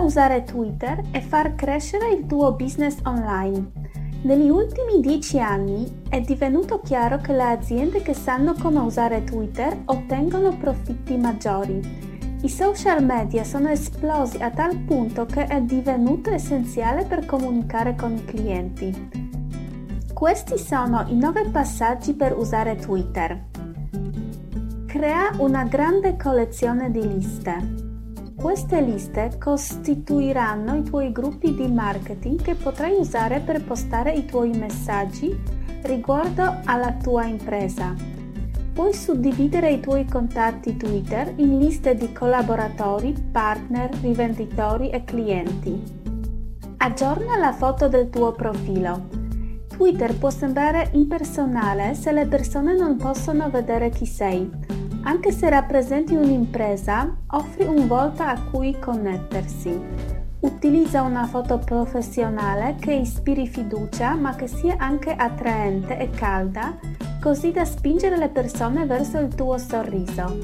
usare Twitter e far crescere il tuo business online. Negli ultimi 10 anni è divenuto chiaro che le aziende che sanno come usare Twitter ottengono profitti maggiori. I social media sono esplosi a tal punto che è divenuto essenziale per comunicare con i clienti. Questi sono i 9 passaggi per usare Twitter. Crea una grande collezione di liste. Queste liste costituiranno i tuoi gruppi di marketing che potrai usare per postare i tuoi messaggi riguardo alla tua impresa. Puoi suddividere i tuoi contatti Twitter in liste di collaboratori, partner, rivenditori e clienti. Aggiorna la foto del tuo profilo. Twitter può sembrare impersonale se le persone non possono vedere chi sei. Anche se rappresenti un'impresa, offri un volto a cui connettersi. Utilizza una foto professionale che ispiri fiducia ma che sia anche attraente e calda, così da spingere le persone verso il tuo sorriso.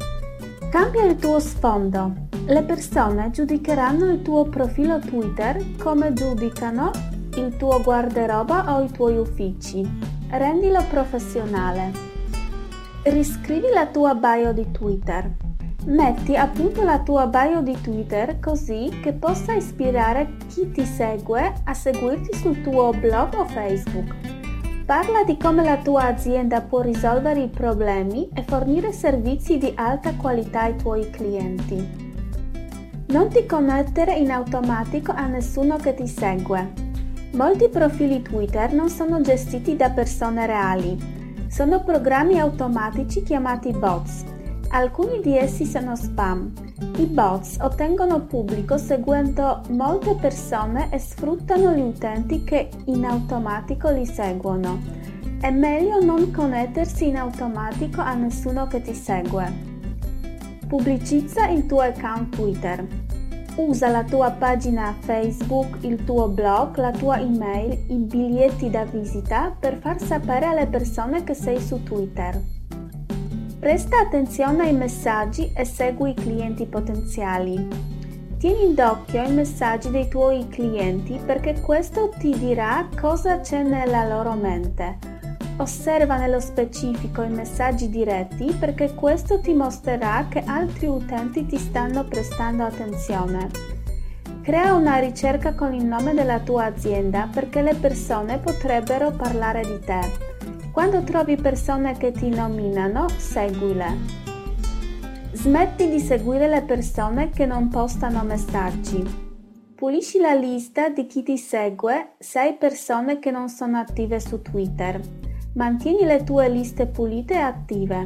Cambia il tuo sfondo. Le persone giudicheranno il tuo profilo Twitter come giudicano il tuo guardaroba o i tuoi uffici. Rendilo professionale. Riscrivi la tua bio di Twitter. Metti a punto la tua bio di Twitter così che possa ispirare chi ti segue a seguirti sul tuo blog o Facebook. Parla di come la tua azienda può risolvere i problemi e fornire servizi di alta qualità ai tuoi clienti. Non ti connettere in automatico a nessuno che ti segue. Molti profili Twitter non sono gestiti da persone reali. Sono programmi automatici chiamati bots. Alcuni di essi sono spam. I bots ottengono pubblico seguendo molte persone e sfruttano gli utenti che in automatico li seguono. È meglio non connettersi in automatico a nessuno che ti segue. Pubblicizza il tuo account Twitter. Usa la tua pagina Facebook, il tuo blog, la tua email, i biglietti da visita per far sapere alle persone che sei su Twitter. Presta attenzione ai messaggi e segui i clienti potenziali. Tieni d'occhio i messaggi dei tuoi clienti perché questo ti dirà cosa c'è nella loro mente. Osserva nello specifico i messaggi diretti perché questo ti mostrerà che altri utenti ti stanno prestando attenzione. Crea una ricerca con il nome della tua azienda perché le persone potrebbero parlare di te. Quando trovi persone che ti nominano, seguile. Smetti di seguire le persone che non postano messaggi. Pulisci la lista di chi ti segue se hai persone che non sono attive su Twitter. Mantieni le tue liste pulite e attive.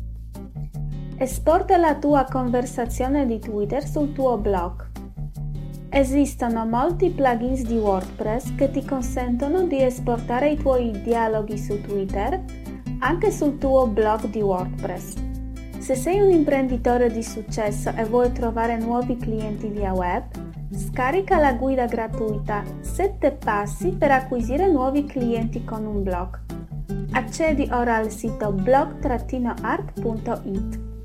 Esporta la tua conversazione di Twitter sul tuo blog. Esistono molti plugins di WordPress che ti consentono di esportare i tuoi dialoghi su Twitter anche sul tuo blog di WordPress. Se sei un imprenditore di successo e vuoi trovare nuovi clienti via web, scarica la guida gratuita 7 passi per acquisire nuovi clienti con un blog. Accedi ora al sito blog-art.it.